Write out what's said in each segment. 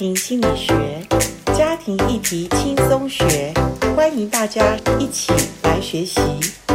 庭心理学，家庭议题轻松学，欢迎大家一起来学习。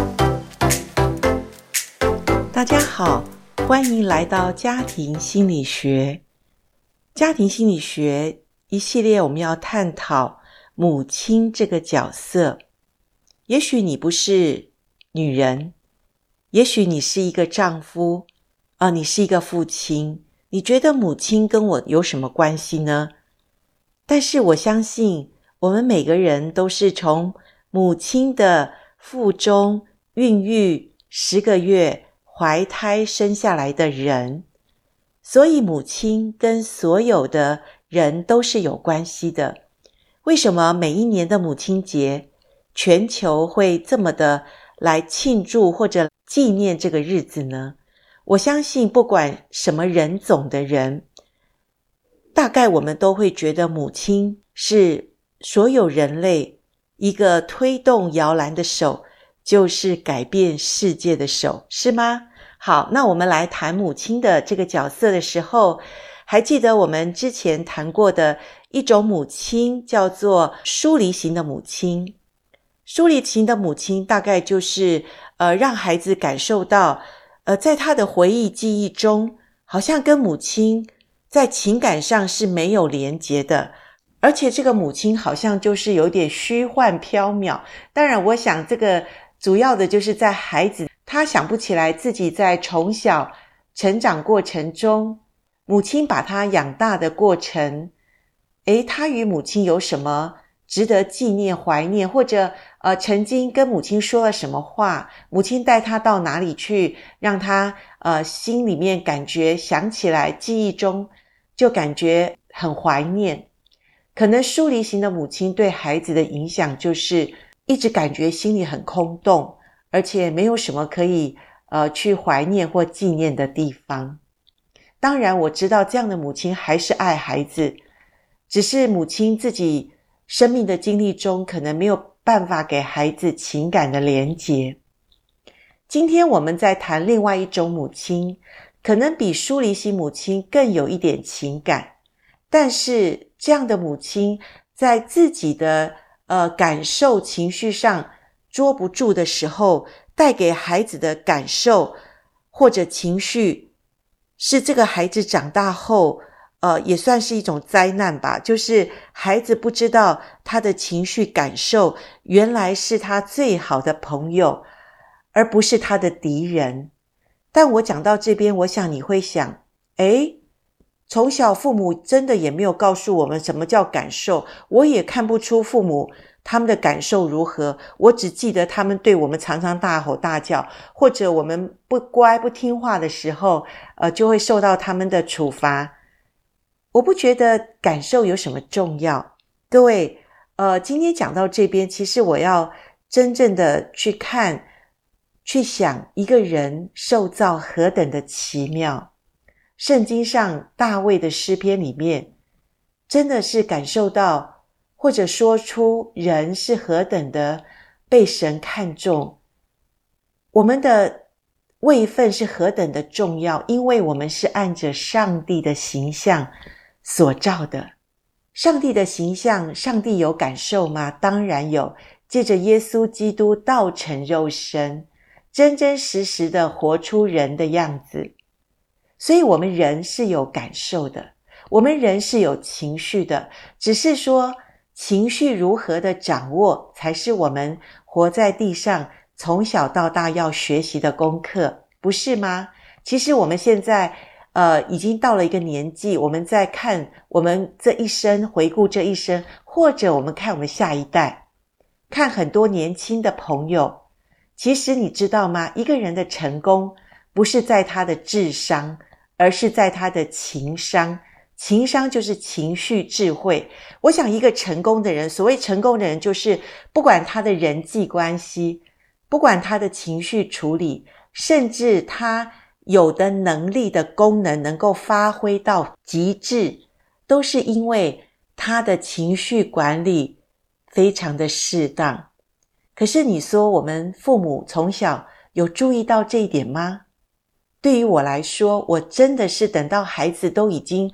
大家好，欢迎来到家庭心理学。家庭心理学一系列我们要探讨母亲这个角色。也许你不是女人，也许你是一个丈夫，你是一个父亲，你觉得母亲跟我有什么关系呢？但是我相信我们每个人都是从母亲的腹中孕育10个月怀胎生下来的人，所以母亲跟所有的人都是有关系的。为什么每一年的母亲节全球会这么的来庆祝或者纪念这个日子呢？我相信不管什么人种的人，大概我们都会觉得母亲是所有人类一个推动摇篮的手，就是改变世界的手，是吗？好，那我们来谈母亲的这个角色的时候，还记得我们之前谈过的一种母亲叫做疏离型的母亲。疏离型的母亲大概就是让孩子感受到在他的回忆记忆中，好像跟母亲在情感上是没有连结的，而且这个母亲好像就是有点虚幻缥缈。当然我想这个主要的就是在孩子他想不起来自己在从小成长过程中，母亲把他养大的过程，他与母亲有什么值得纪念怀念，或者曾经跟母亲说了什么话，母亲带他到哪里去，让他心里面感觉想起来，记忆中就感觉很怀念。可能疏离型的母亲对孩子的影响就是一直感觉心里很空洞，而且没有什么可以去怀念或纪念的地方。当然我知道这样的母亲还是爱孩子，只是母亲自己生命的经历中可能没有办法给孩子情感的连结。今天我们在谈另外一种母亲，可能比疏离型母亲更有一点情感，但是这样的母亲在自己的感受情绪上捉不住的时候，带给孩子的感受或者情绪，是这个孩子长大后也算是一种灾难吧，就是孩子不知道他的情绪感受原来是他最好的朋友，而不是他的敌人。但我讲到这边，我想你会想，从小父母真的也没有告诉我们什么叫感受，我也看不出父母他们的感受如何，我只记得他们对我们常常大吼大叫，或者我们不乖不听话的时候就会受到他们的处罚。我不觉得感受有什么重要。各位今天讲到这边，其实我要真正的去看去想一个人受造何等的奇妙。圣经上大卫的诗篇里面真的是感受到或者说出人是何等的被神看重，我们的位分是何等的重要，因为我们是按着上帝的形象所造的。上帝的形象，上帝有感受吗？当然有，借着耶稣基督道成肉身，真真实实的活出人的样子。所以我们人是有感受的，我们人是有情绪的，只是说情绪如何的掌握，才是我们活在地上从小到大要学习的功课，不是吗？其实我们现在已经到了一个年纪，我们在看我们这一生，回顾这一生，或者我们看我们下一代，看很多年轻的朋友，其实你知道吗？一个人的成功不是在他的智商，而是在他的情商。情商就是情绪智慧。我想一个成功的人，所谓成功的人，就是不管他的人际关系，不管他的情绪处理，甚至他有的能力的功能能够发挥到极致，都是因为他的情绪管理非常的适当。可是你说我们父母从小有注意到这一点吗？对于我来说，我真的是等到孩子都已经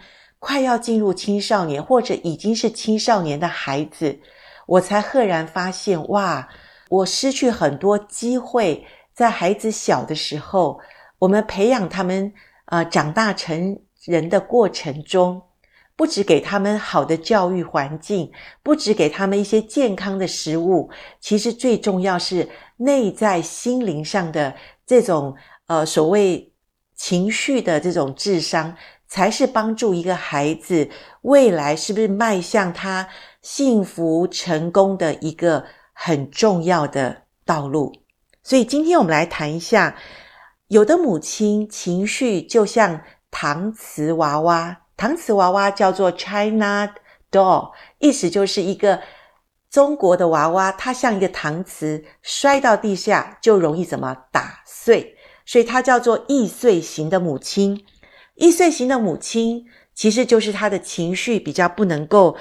快要进入青少年或者已经是青少年的孩子，我才赫然发现，哇，我失去很多机会，在孩子小的时候，我们培养他们长大成人的过程中，不只给他们好的教育环境，不只给他们一些健康的食物，其实最重要是内在心灵上的这种所谓情绪的这种智商，才是帮助一个孩子未来是不是迈向他幸福成功的一个很重要的道路。所以今天我们来谈一下，有的母亲情绪就像搪瓷娃娃，搪瓷娃娃叫做 China doll， 意思就是一个中国的娃娃，它像一个搪瓷，摔到地下就容易怎么打碎，所以它叫做易碎型的母亲。易碎型的母亲其实就是她的情绪比较不能够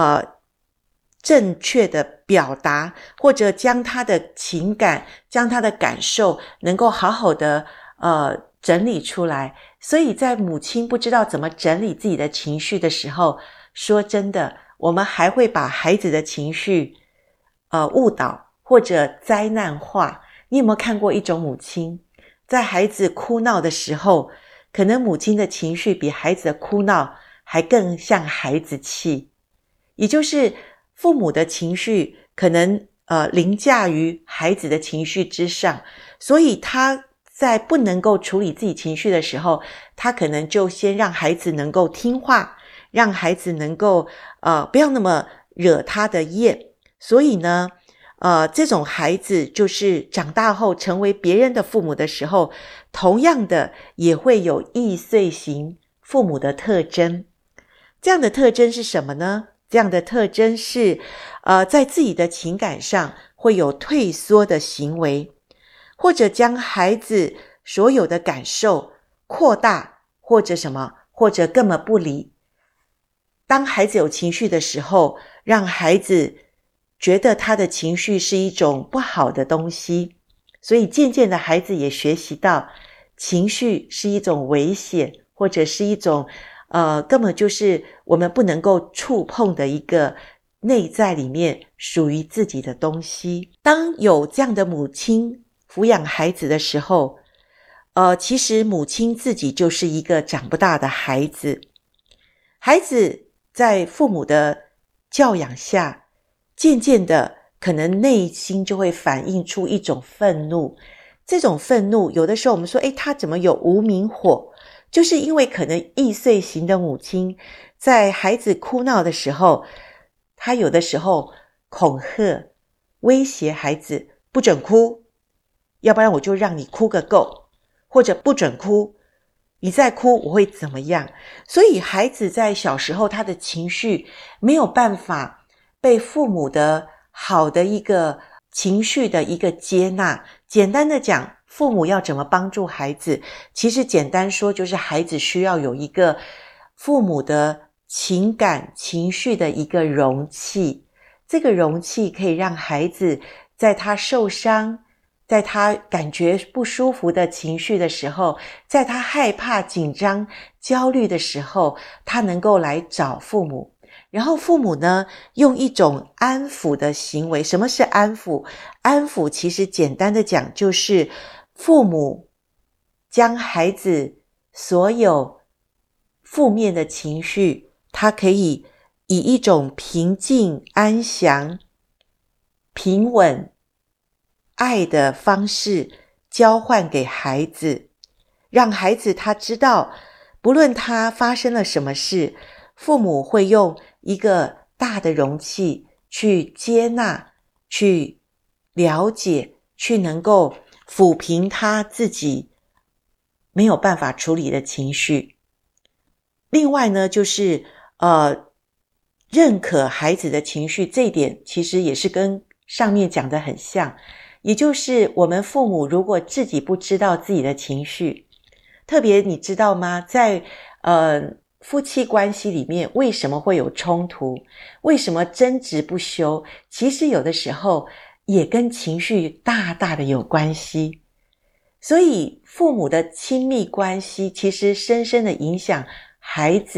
正确的表达，或者将她的情感，将她的感受能够好好的整理出来。所以在母亲不知道怎么整理自己的情绪的时候，说真的，我们还会把孩子的情绪误导或者灾难化。你有没有看过一种母亲，在孩子哭闹的时候，可能母亲的情绪比孩子的哭闹还更像孩子气，也就是父母的情绪可能凌驾于孩子的情绪之上，所以他在不能够处理自己情绪的时候，他可能就先让孩子能够听话，让孩子能够不要那么惹他的厌。所以呢这种孩子就是长大后成为别人的父母的时候，同样的也会有易碎型父母的特征。这样的特征是什么呢？这样的特征是在自己的情感上会有退缩的行为，或者将孩子所有的感受扩大，或者什么，或者根本不理。当孩子有情绪的时候，让孩子觉得他的情绪是一种不好的东西，所以渐渐的孩子也学习到情绪是一种危险，或者是一种根本就是我们不能够触碰的一个内在里面属于自己的东西。当有这样的母亲抚养孩子的时候，其实母亲自己就是一个长不大的孩子。孩子在父母的教养下，渐渐的可能内心就会反映出一种愤怒。这种愤怒有的时候我们说他怎么有无名火，就是因为可能易碎型的母亲在孩子哭闹的时候，她有的时候恐吓威胁孩子，不准哭，要不然我就让你哭个够，或者不准哭，你再哭我会怎么样。所以孩子在小时候他的情绪没有办法被父母的好的一个情绪的一个接纳。简单的讲，父母要怎么帮助孩子，其实简单说就是孩子需要有一个父母的情感情绪的一个容器。这个容器可以让孩子在他受伤，在他感觉不舒服的情绪的时候，在他害怕紧张焦虑的时候，他能够来找父母，然后父母呢用一种安抚的行为。什么是安抚？安抚其实简单的讲就是父母将孩子所有负面的情绪，他可以以一种平静安详平稳爱的方式交换给孩子，让孩子他知道不论他发生了什么事，父母会用一个大的容器去接纳，去了解，去能够抚平他自己没有办法处理的情绪。另外呢，就是认可孩子的情绪，这一点其实也是跟上面讲的很像。也就是我们父母如果自己不知道自己的情绪，特别你知道吗，在夫妻关系里面为什么会有冲突，为什么争执不休，其实有的时候也跟情绪大大的有关系。所以父母的亲密关系其实深深的影响孩子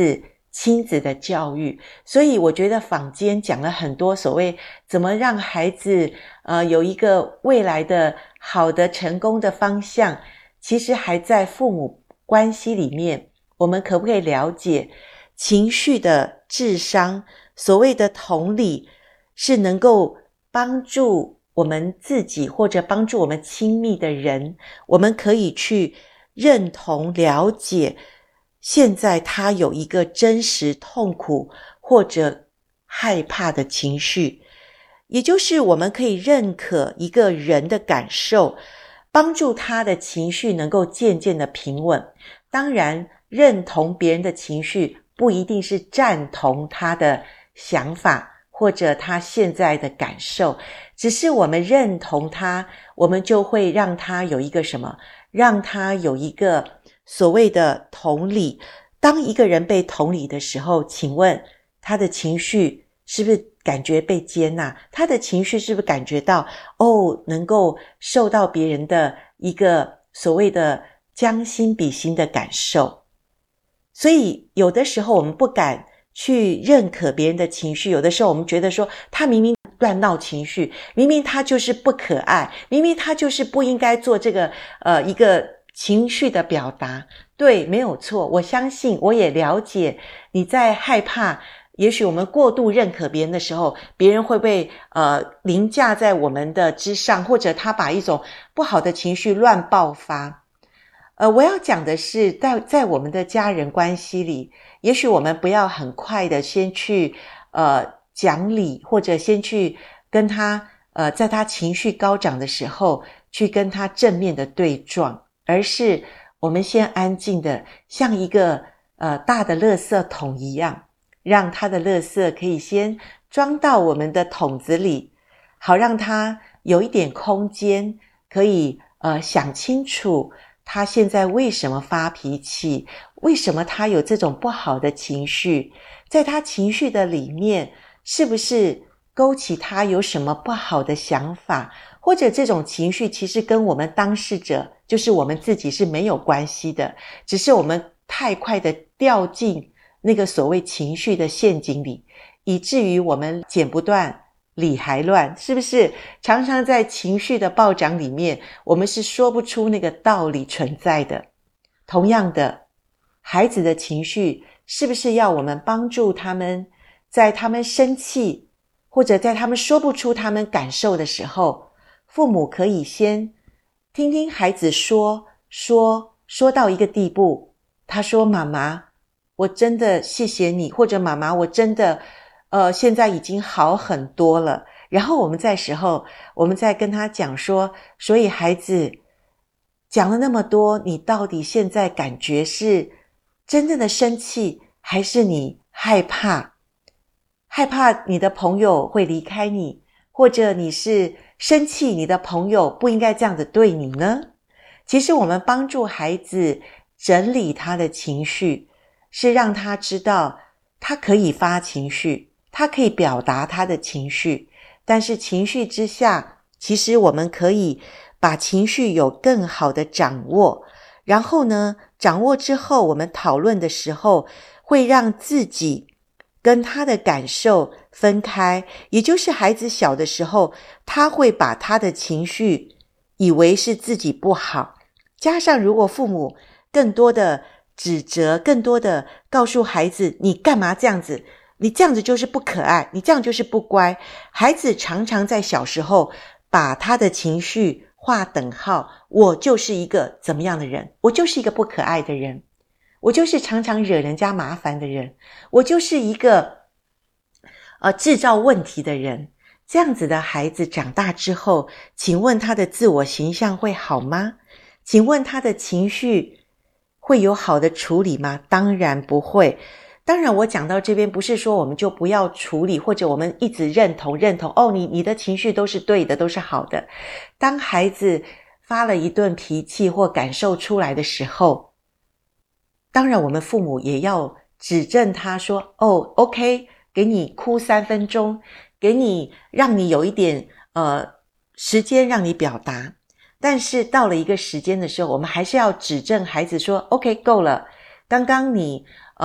亲子的教育。所以我觉得坊间讲了很多所谓怎么让孩子有一个未来的好的成功的方向，其实还在父母关系里面。我们可不可以了解情绪的智商，所谓的同理，是能够帮助我们自己或者帮助我们亲密的人，我们可以去认同了解现在他有一个真实痛苦或者害怕的情绪，也就是我们可以认可一个人的感受，帮助他的情绪能够渐渐的平稳。当然认同别人的情绪不一定是赞同他的想法或者他现在的感受，只是我们认同他，我们就会让他有一个什么？让他有一个所谓的同理。当一个人被同理的时候，请问他的情绪是不是感觉被接纳？他的情绪是不是感觉到能够受到别人的一个所谓的将心比心的感受？所以有的时候我们不敢去认可别人的情绪，有的时候我们觉得说他明明乱闹情绪，明明他就是不可爱，明明他就是不应该做这个一个情绪的表达。对，没有错，我相信我也了解你在害怕，也许我们过度认可别人的时候，别人会不会凌驾在我们的之上，或者他把一种不好的情绪乱爆发。我要讲的是在我们的家人关系里，也许我们不要很快的先去讲理，或者先去跟他在他情绪高涨的时候去跟他正面的对撞，而是我们先安静的像一个大的垃圾桶一样，让他的垃圾可以先装到我们的桶子里，好让他有一点空间可以想清楚他现在为什么发脾气，为什么他有这种不好的情绪，在他情绪的里面是不是勾起他有什么不好的想法，或者这种情绪其实跟我们当事者就是我们自己是没有关系的，只是我们太快的掉进那个所谓情绪的陷阱里，以至于我们剪不断理还乱，是不是？常常在情绪的暴涨里面，我们是说不出那个道理存在的。同样的，孩子的情绪是不是要我们帮助他们，在他们生气或者在他们说不出他们感受的时候，父母可以先听听孩子说到一个地步，他说妈妈我真的谢谢你，或者妈妈我真的现在已经好很多了，然后我们再跟他讲说，所以孩子讲了那么多，你到底现在感觉是真正的生气，还是你害怕你的朋友会离开你，或者你是生气你的朋友不应该这样子对你呢？其实我们帮助孩子整理他的情绪，是让他知道他可以发情绪，他可以表达他的情绪，但是情绪之下，其实我们可以把情绪有更好的掌握，然后呢，掌握之后我们讨论的时候会让自己跟他的感受分开，也就是孩子小的时候，他会把他的情绪以为是自己不好，加上如果父母更多的指责，更多的告诉孩子你干嘛这样子，你这样子就是不可爱，你这样就是不乖，孩子常常在小时候把他的情绪划等号，我就是一个怎么样的人，我就是一个不可爱的人，我就是常常惹人家麻烦的人，我就是一个制造问题的人。这样子的孩子长大之后，请问他的自我形象会好吗？请问他的情绪会有好的处理吗？当然不会。当然我讲到这边不是说我们就不要处理，或者我们一直认同你的情绪都是对的，都是好的。当孩子发了一顿脾气或感受出来的时候，当然我们父母也要指正他说OK， 给你哭3分钟，给你让你有一点时间让你表达，但是到了一个时间的时候，我们还是要指正孩子说 OK 够了，刚刚你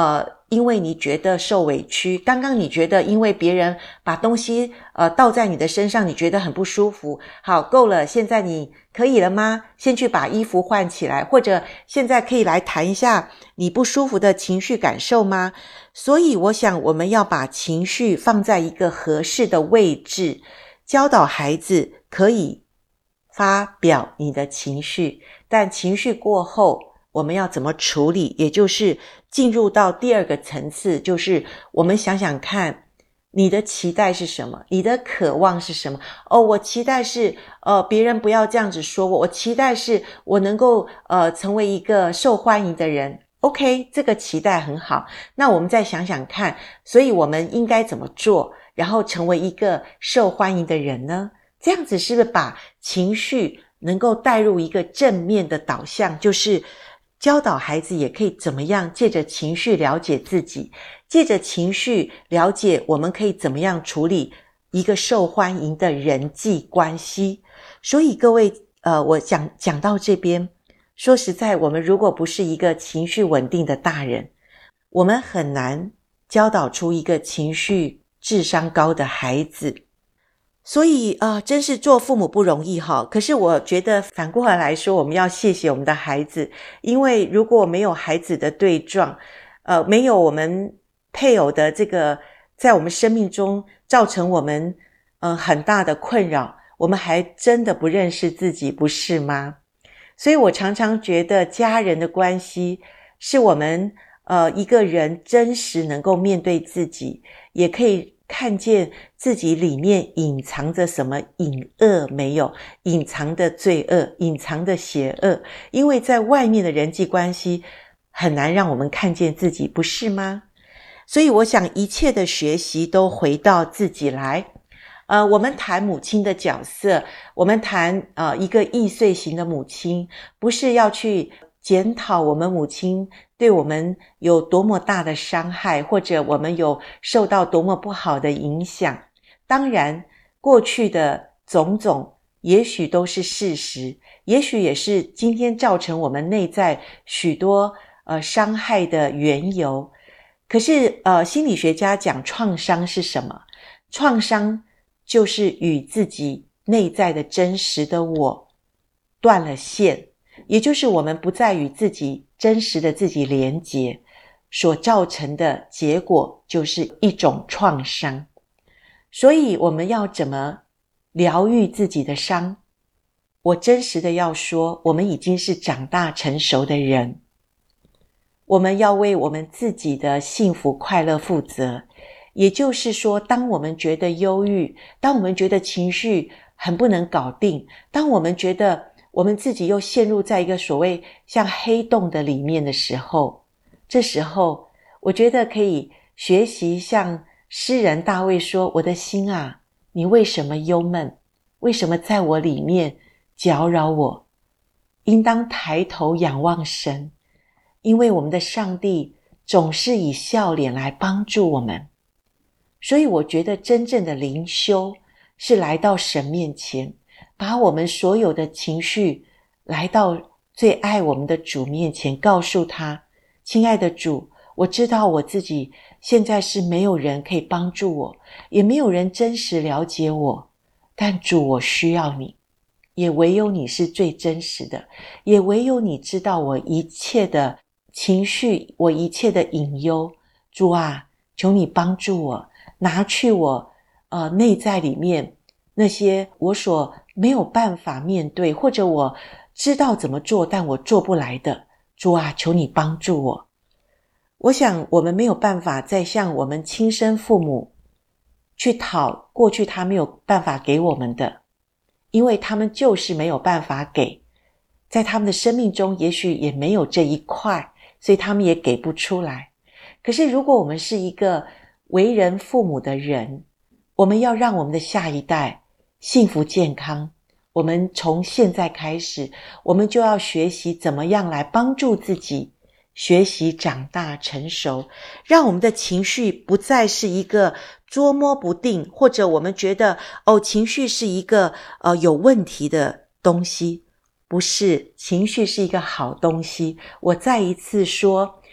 因为你觉得受委屈，刚刚你觉得因为别人把东西倒在你的身上，你觉得很不舒服。好，够了，现在你可以了吗？先去把衣服换起来，或者现在可以来谈一下你不舒服的情绪感受吗？所以我想我们要把情绪放在一个合适的位置，教导孩子可以发表你的情绪，但情绪过后我们要怎么处理，也就是进入到第二个层次，就是我们想想看你的期待是什么，你的渴望是什么。我期待是别人不要这样子说我，我期待是我能够成为一个受欢迎的人。OK， 这个期待很好，那我们再想想看，所以我们应该怎么做，然后成为一个受欢迎的人呢？这样子是不是把情绪能够带入一个正面的导向，就是教导孩子也可以怎么样借着情绪了解自己，借着情绪了解我们可以怎么样处理一个受欢迎的人际关系。所以各位我讲到这边，说实在，我们如果不是一个情绪稳定的大人，我们很难教导出一个情绪智商高的孩子。所以真是做父母不容易哈。可是我觉得反过来说，我们要谢谢我们的孩子，因为如果没有孩子的对撞，没有我们配偶的这个在我们生命中造成我们很大的困扰，我们还真的不认识自己，不是吗？所以我常常觉得家人的关系是我们一个人真实能够面对自己，也可以看见自己里面隐藏着什么隐恶没有，隐藏的罪恶，隐藏的邪恶，因为在外面的人际关系很难让我们看见自己，不是吗？所以我想一切的学习都回到自己来。我们谈母亲的角色，我们谈一个易碎型的母亲，不是要去检讨我们母亲对我们有多么大的伤害，或者我们有受到多么不好的影响。当然过去的种种也许都是事实，也许也是今天造成我们内在许多伤害的缘由。可是心理学家讲创伤是什么？创伤就是与自己内在的真实的我断了线，也就是我们不再与自己真实的自己连结，所造成的结果就是一种创伤。所以我们要怎么疗愈自己的伤？我真实的要说，我们已经是长大成熟的人，我们要为我们自己的幸福快乐负责。也就是说，当我们觉得忧郁，当我们觉得情绪很不能搞定，当我们觉得我们自己又陷入在一个所谓像黑洞的里面的时候，这时候我觉得可以学习像诗人大卫说，我的心啊，你为什么忧闷？为什么在我里面搅扰我？应当抬头仰望神，因为我们的上帝总是以笑脸来帮助我们。所以我觉得真正的灵修是来到神面前，把我们所有的情绪来到最爱我们的主面前，告诉他，亲爱的主，我知道我自己现在是没有人可以帮助我，也没有人真实了解我，但主，我需要你，也唯有你是最真实的，也唯有你知道我一切的情绪，我一切的隐忧。主啊，求你帮助我，拿去我内在里面那些我所没有办法面对，或者我知道怎么做但我做不来的。主啊，求你帮助我。我想我们没有办法再向我们亲生父母去讨过去他没有办法给我们的，因为他们就是没有办法给，在他们的生命中也许也没有这一块，所以他们也给不出来。可是如果我们是一个为人父母的人，我们要让我们的下一代幸福健康，我们从现在开始，我们就要学习怎么样来帮助自己学习长大成熟，让我们的情绪不再是一个捉摸不定，或者我们觉得情绪是一个有问题的东西。不是，情绪是一个好东西。我再一次说，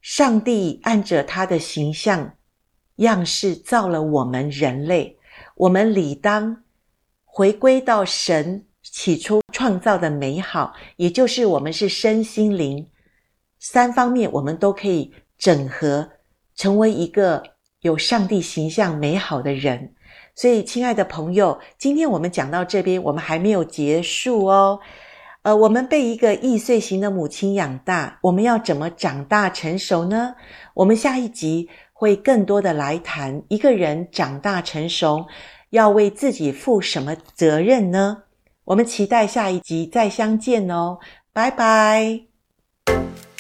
上帝按着他的形象样式造了我们人类，我们理当回归到神起初创造的美好，也就是我们是身心灵三方面我们都可以整合，成为一个有上帝形象美好的人。所以亲爱的朋友，今天我们讲到这边，我们还没有结束哦。我们被一个易碎型的母亲养大，我们要怎么长大成熟呢？我们下一集会更多的来谈一个人长大成熟要为自己负什么责任呢？我们期待下一集再相见哦，拜拜。